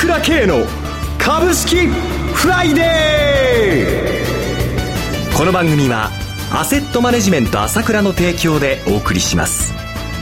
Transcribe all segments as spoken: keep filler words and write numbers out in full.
倉慶の株式フライデー。この番組はアセットマネジメント朝倉の提供でお送りします。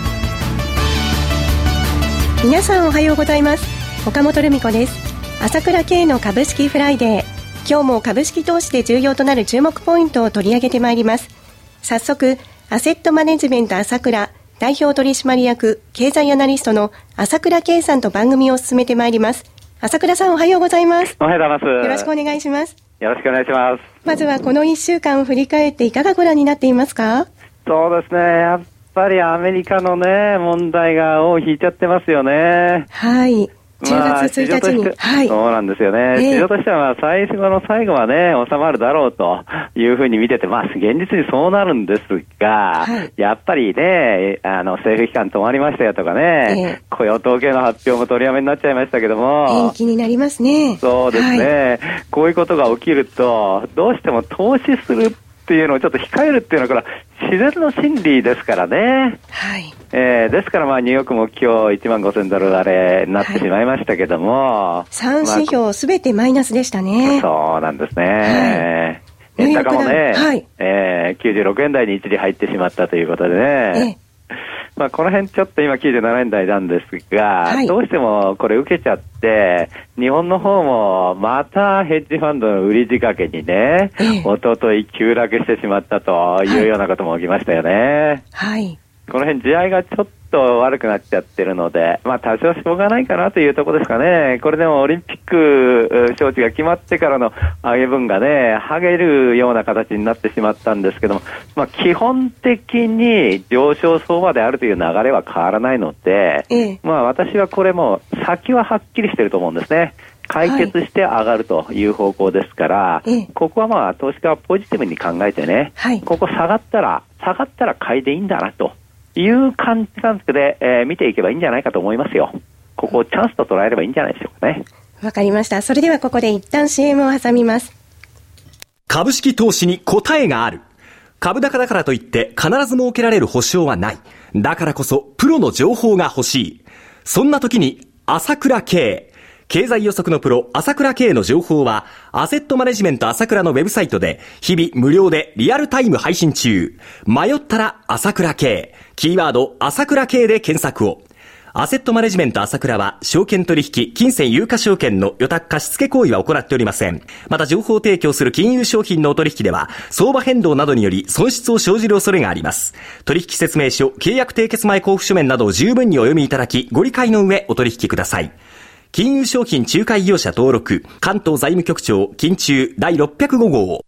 皆さんおはようございます。岡本留美子です。朝倉慶の株式フライデー、今日も株式投資で重要となる注目ポイントを取り上げてまいります。早速、アセットマネジメント朝倉代表取締役経済アナリストの朝倉慶さんと番組を進めてまいります。朝倉さん、おはようございます。 おはようございます。 よろしくお願いします。 よろしくお願いします。 まずはこのいっしゅうかんを振り返っていかがご覧になっていますか？ そうですね、やっぱりアメリカのね問題が尾を引いちゃってますよね。 はい、じゅうがつついたちに、 まあ、はい、そうなんですよね、えー、市場としてはまあ最初の最後はね収まるだろうというふうに見てて、まあ現実にそうなるんですが、はい、やっぱりねあの政府機関止まりましたよとかね、えー、雇用統計の発表も取りやめになっちゃいましたけども、 延期になりますね。 そうですね、はい、こういうことが起きるとどうしても投資するっていうのをちょっと控えるっていうのはこれは自然の心理ですからね。 はい。 えー、ですからまあニューヨークも今日いちまんごせんドルあれになってしまいましたけども、 はい、さん指標すべてマイナスでしたね。 そうなんですね。はい、円高もね、はい、えー、きゅうじゅうろくえん台に一時入ってしまったということでね。えまあ、この辺ちょっと今きゅうじゅうななえん台なんですが、はい、どうしてもこれ受けちゃって日本の方もまたヘッジファンドの売り仕掛けにね、ええ、おととい急落してしまったというようなことも起きましたよね。 はい、 この辺地合いがちょっと悪くなっちゃってるので、まあ多少しょうがないかなというところですかね。これでもオリンピック招致が決まってからの上げ分がね、はげるような形になってしまったんですけども、まあ基本的に上昇相場であるという流れは変わらないので、ええ、まあ私はこれも先ははっきりしてると思うんですね。解決して上がるという方向ですから、はい、ここはまあ投資家はポジティブに考えてね、はい、ここ下がったら、下がったら買いでいいんだなという感じなんですで、えー、見ていけばいいんじゃないかと思いますよ。ここをチャンスと捉えればいいんじゃないでしょうかね。 わかりました。それではここで一旦 シーエム を挟みます。 株式投資に答えがある。株高だからといって必ず設けられる保証はない。だからこそプロの情報が欲しい。そんな時に朝倉慶。経済予測のプロ朝倉慶の情報はアセットマネジメント朝倉のウェブサイトで日々無料でリアルタイム配信中。迷ったら朝倉慶、キーワード朝倉慶で検索を。アセットマネジメント朝倉は証券取引、金銭有価証券の予託貸付行為は行っておりません。また情報提供する金融商品のお取引では相場変動などにより損失を生じる恐れがあります。取引説明書、契約締結前交付書面などを十分にお読みいただきご理解の上お取引ください。金融商品仲介業者登録関東財務局長金中第ろっぴゃくご号。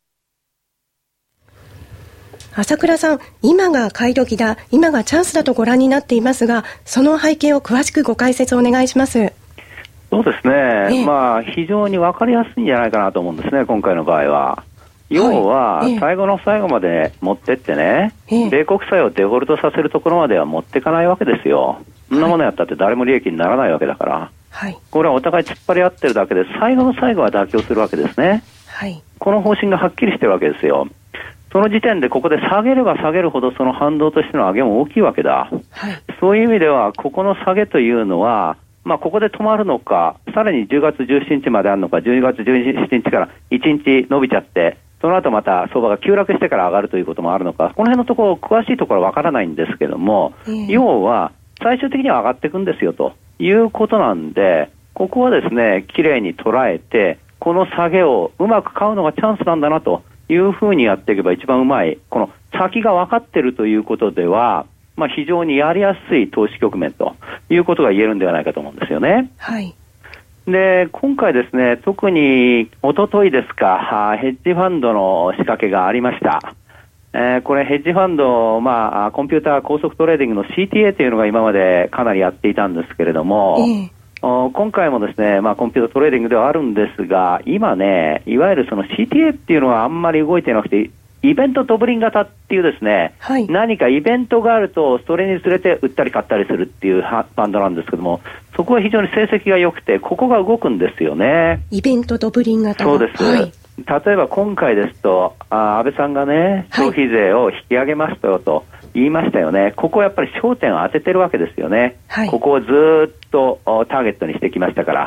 朝倉さん、今が買い時だ、今がチャンスだとご覧になっていますが、その背景を詳しくご解説お願いします。 そうですね、ええ、まあ非常に分かりやすいんじゃないかなと思うんですね、今回の場合は。要は、はい、最後の最後まで持ってってね、ええ、米国債をデフォルトさせるところまでは持っていかないわけですよ。そんなものやったって誰も利益にならないわけだから、はい、これはお互い突っ張り合ってるだけで最後の最後は妥協するわけですね、はい、この方針がはっきりしてるわけですよ。その時点でここで下げれば下げるほどその反動としての上げも大きいわけだ、はい、そういう意味ではここの下げというのは、まあ、ここで止まるのかさらにじゅうがつじゅうしちにちまであるのかじゅうにがつじゅうしちにちからいちにち伸びちゃってその後また相場が急落してから上がるということもあるのか、この辺のところ詳しいところはわからないんですけども、えー、要は最終的には上がっていくんですよということなんで、ここはですねきれいに捉えてこの下げをうまく買うのがチャンスなんだなというふうにやっていけば一番うまい。この先が分かっているということでは、まあ、非常にやりやすい投資局面ということが言えるんではないかと思うんですよね。 はい。 で、今回ですね、特に一昨日ですか、ヘッジファンドの仕掛けがありました。えー、これヘッジファンド、まあ、コンピューター高速トレーディングの シーティーエー というのが今までかなりやっていたんですけれども、えー、今回もですね、まあ、コンピュータートレーディングではあるんですが、今ね、いわゆるその シーティーエー っていうのはあんまり動いてなくて、イベントドブリン型っていうですね、はい、何かイベントがあるとそれにつれて売ったり買ったりするっていうファンドなんですけども、そこは非常に成績が良くてここが動くんですよね。 イベントドブリン型。 そうです、はい、例えば今回ですとあ安倍さんがね消費税を引き上げましたよと言いましたよね、はい、ここはやっぱり焦点を当ててるわけですよね、はい、ここをずっとターゲットにしてきましたから、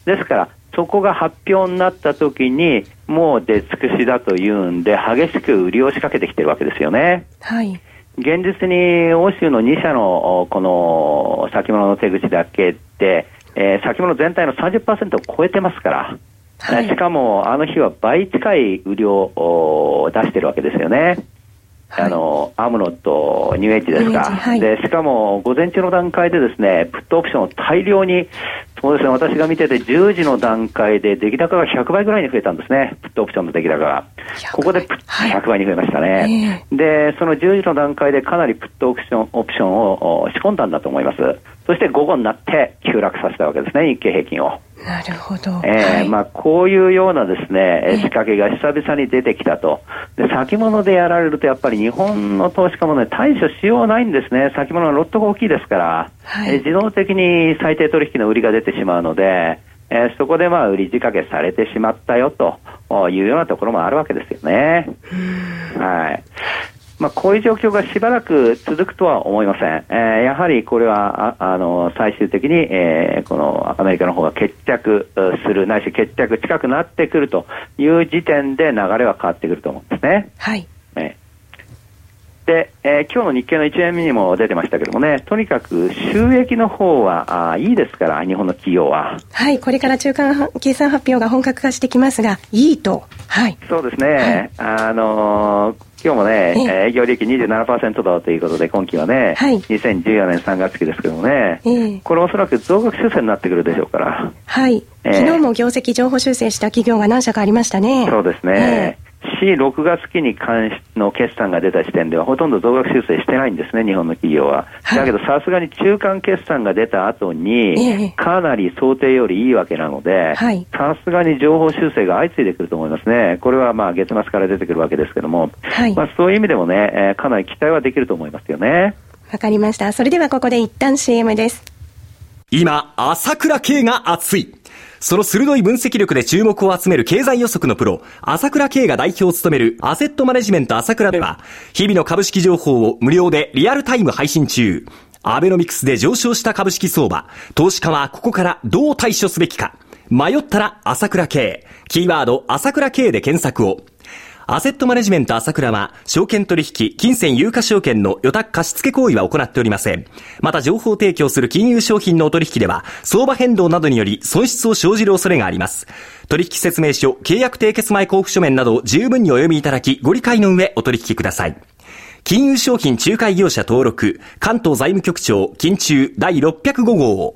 ですからそこが発表になった時にもう出尽くしだというんで激しく売りを仕掛けてきてるわけですよね。 はい。 現実に欧州のに社のこの先物の手口だけで、えー、先物全体の さんじゅっパーセント を超えてますから、はい、しかもあの日は倍近い売りを出してるわけですよね。あの、はい、アムロとニューエッジですか、はい、でしかも午前中の段階でですねプットオプションを大量に、そうですね、私が見ててじゅうじの段階で出来高がひゃくばいぐらいに増えたんですね。プットオプションの出来高がここでひゃくばいに増えましたね、はい、でそのじゅうじの段階でかなりプットオプション、オプションを仕込んだんだと思います。そして午後になって急落させたわけですね、日経平均を。 なるほど、 えーはいまあ、こういうようなですね、仕掛けが久々に出てきたと。で先物でやられるとやっぱり日本の投資家もね対処しようないんですね。先物のロットが大きいですから、はい、えー、自動的に最低取引の売りが出てしまうので、えー、そこでまあ売り仕掛けされてしまったよというようなところもあるわけですよね。はい、まあ、こういう状況がしばらく続くとは思いません。えー、やはりこれはああの最終的に、えー、このアメリカの方が決着するないし決着近くなってくるという時点で流れは変わってくると思うんですね。 はい。 えーで、えー、今日の日経のいちえんにも出てましたけどもね、とにかく収益の方はあいいですから、日本の企業は。 はい、これから中間計算発表が本格化してきますが、いいと。はい。 そうですね。はい、あのー、今日もね、え営業利益 にじゅうななパーセント だということで、今期はね、はい、にせんじゅうよねんさんがつ期ですけどもね、えー、これおそらく増額修正になってくるでしょうから。 はい。えー、昨日も業績情報修正した企業が何社かありましたね。 そうですね。えーしろくがつ期に関しの決算が出た時点ではほとんど増額修正してないんですね、日本の企業は。はい、だけどさすがに中間決算が出た後にかなり想定よりいいわけなので、さすがに情報修正が相次いでくると思いますね。これはまあ月末から出てくるわけですけども、はい、まあ、そういう意味でもね、えー、かなり期待はできると思いますよね。 わかりました。それではここで一旦 シーエム です。 今朝倉慶が熱い。その鋭い分析力で注目を集める経済予測のプロ、朝倉慶が代表を務めるアセットマネジメント朝倉では、日々の株式情報を無料でリアルタイム配信中。アベノミクスで上昇した株式相場、投資家はここからどう対処すべきか。迷ったら朝倉慶、キーワード朝倉慶で検索を。アセットマネジメント朝倉は、証券取引、金銭有価証券の予託貸付行為は行っておりません。また情報提供する金融商品のお取引では、相場変動などにより損失を生じる恐れがあります。取引説明書、契約締結前交付書面などを十分にお読みいただき、ご理解の上お取引ください。金融商品仲介業者登録、関東財務局長、金中第ろっぴゃくご号。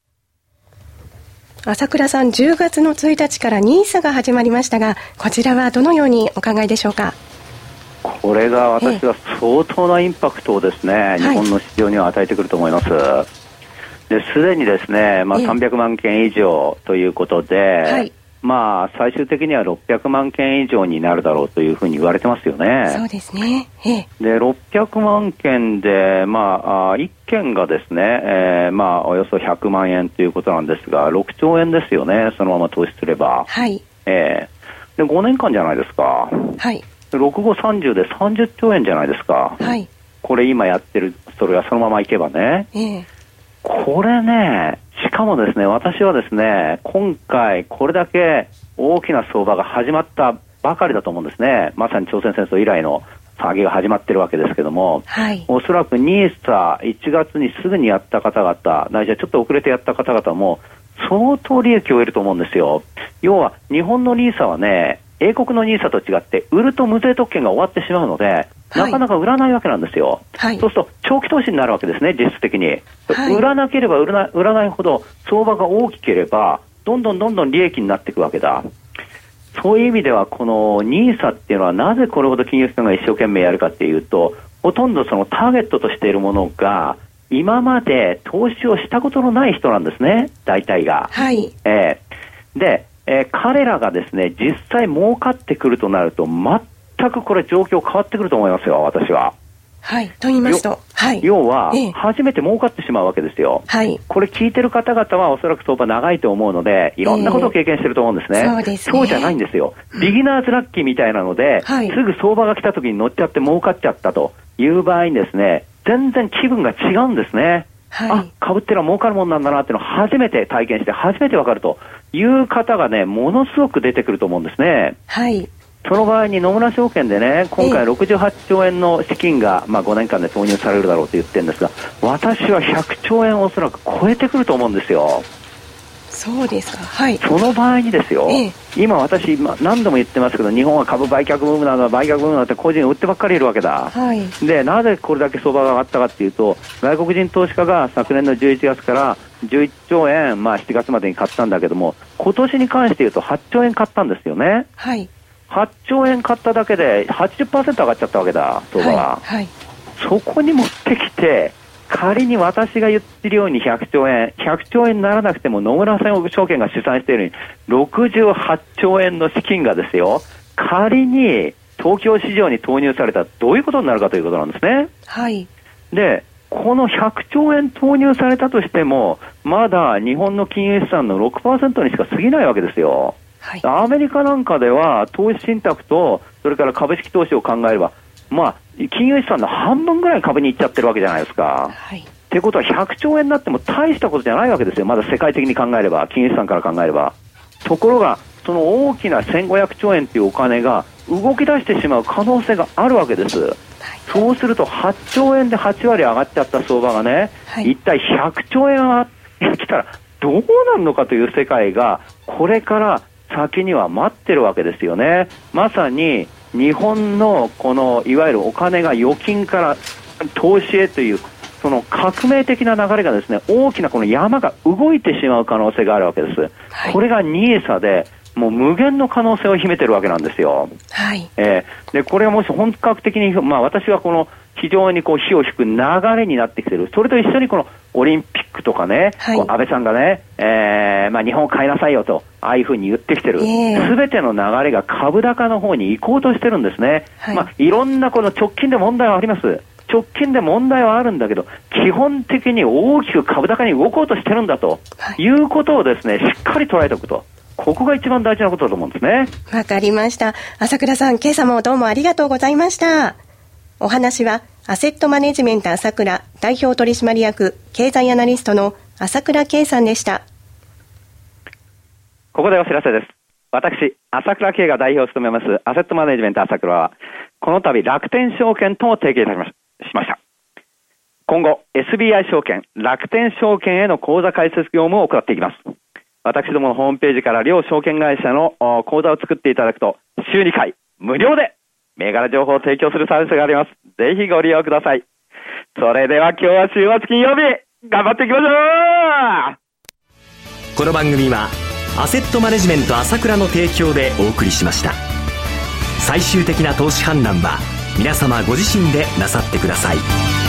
朝倉さん、じゅうがつのついたちからニーサが始まりましたが、こちらはどのようにお考えでしょうか。 これが私は相当なインパクトをですね、日本の市場には与えてくると思います。で、すでにですね、まあ、さんびゃくまんけん以上ということで、はい、まあ、最終的にはろっぴゃくまんけん以上になるだろうというふうに言われてますよね。 そうですね。ええ、 で、ろっぴゃくまんけんで、まあ、いっけんがですね、えー、まあ、およそひゃくまんえんということなんですが、ろくちょうえんですよね、そのまま投資すれば。 はい。 えー、で、ごねんかんじゃないですか。 はい。 ろくごさんじゅうでさんじゅっちょうえんじゃないですか。 はい。 これ今やってる、それがそのままいけばね。 ええ。 これね、しかもですね、私はですね、今回これだけ大きな相場が始まったばかりだと思うんですね。まさに朝鮮戦争以来の騒ぎが始まってるわけですけども、はい、おそらくニーサいちがつにすぐにやった方々、ないしはちょっと遅れてやった方々も相当利益を得ると思うんですよ。要は日本のニーサはね、英国のニーサと違って売ると無税特権が終わってしまうので、なかなか売らないわけなんですよ。はい、そうすると長期投資になるわけですね、実質的に。はい、売らなければ売らない、売らないほど相場が大きければどんどんどんどん利益になっていくわけだ。そういう意味ではこのニーサっていうのはなぜこれほど金融機関が一生懸命やるかっていうと、ほとんどそのターゲットとしているものが今まで投資をしたことのない人なんですね、大体が。 はい。 えー、で、えー、彼らがですね、実際儲かってくるとなると全くこれ状況変わってくると思いますよ、私は。 はい。と言いますと、はい、 要は、ええ、初めて儲かってしまうわけですよ。はい。これ聞いてる方々はおそらく相場長いと思うので、いろんなことを経験してると思うんですね。ええ、そうですね。そうじゃないんですよ。ビギナーズラッキーみたいなので、はい、すぐ相場が来た時に乗っちゃって儲かっちゃったという場合にですね、全然気分が違うんですね。 はい、あ、株ってのは儲かるもんなんだなっていうのを初めて体験して初めてわかるという方がね、ものすごく出てくると思うんですね。 はい。 その場合に野村証券でね、今回ろくじゅうはちちょうえんの資金が、まあ、ごねんかんで投入されるだろうと言ってるんですが、私はひゃくちょうえんをおそらく超えてくると思うんですよ。 そうですか。はい。 その場合にですよ、ええ、今私、まあ、何度も言ってますけど、日本は株売却ブームなの売却ブームなのって個人売ってばっかりいるわけだ。 はい。 で、なぜこれだけ相場が上がったかっていうと、外国人投資家が昨年のじゅういちがつからじゅういっちょうえん、まあ、しちがつまでに買ったんだけども、今年に関して言うとはっちょうえん買ったんですよね。 はい。 はっちょうえん買っただけで はちじゅっパーセント 上がっちゃったわけだ、相場は。 はいはい、 そこに持ってきて、仮に私が言ってるようにひゃくちょうえん、ひゃくちょうえんにならなくても野村証券が試算しているようにろくじゅうはちちょうえんの資金がですよ、仮に東京市場に投入されたらどういうことになるかということなんですね。 はい。 で、このひゃくちょうえん投入されたとしても、まだ日本の金融資産の ろくパーセント にしか過ぎないわけですよ。はい、アメリカなんかでは投資信託とそれから株式投資を考えれば、まあ、金融資産の半分ぐらい株に行っちゃってるわけじゃないですか。はい。っていうことはひゃくちょうえんになっても大したことじゃないわけですよ。まだ世界的に考えれば、金融資産から考えれば。ところがその大きなせんごひゃくちょうえんというお金が動き出してしまう可能性があるわけです。はい、そうするとはちちょうえんではちわり上がっちゃった相場がね、はい、一体ひゃくちょうえんは来たらどうなるのかという世界がこれから先には待ってるわけですよね。まさに日本のこのいわゆるお金が預金から投資へというその革命的な流れがですね、大きなこの山が動いてしまう可能性があるわけです。はい、これがニーエスエーでもう無限の可能性を秘めてるわけなんですよ。はい。えー、でこれはもし本格的に、まあ、私はこの非常にこう火を引く流れになってきている。それと一緒にこのオリンピックとかね、はい、こう安倍さんがね、えーまあ、日本を変えなさいよとああいうふうに言ってきてる、えー、全ての流れが株高の方に行こうとしてるんですね。はい、まあ、いろんなこの直近で問題はあります。直近で問題はあるんだけど、基本的に大きく株高に動こうとしてるんだと、はい、いうことをですね、しっかり捉えておくと。ここが一番大事なことだと思うんですね。 わかりました。朝倉さん、今朝もどうもありがとうございました。お話はアセットマネジメント朝倉代表取締役経済アナリストの朝倉圭さんでした。 ここでお知らせです。私、朝倉圭が代表を務めますアセットマネジメント朝倉は、この度楽天証券とも提携いたしました。しました。今後 エスビーアイ 証券、楽天証券への口座開設業務を行っていきます。私どものホームページから両証券会社の口座を作っていただくと週にかい無料で銘柄情報を提供するサービスがあります。ぜひご利用ください。それでは今日は週末金曜日頑張っていきましょう。この番組はアセットマネジメント朝倉の提供でお送りしました。最終的な投資判断は皆様ご自身でなさってください。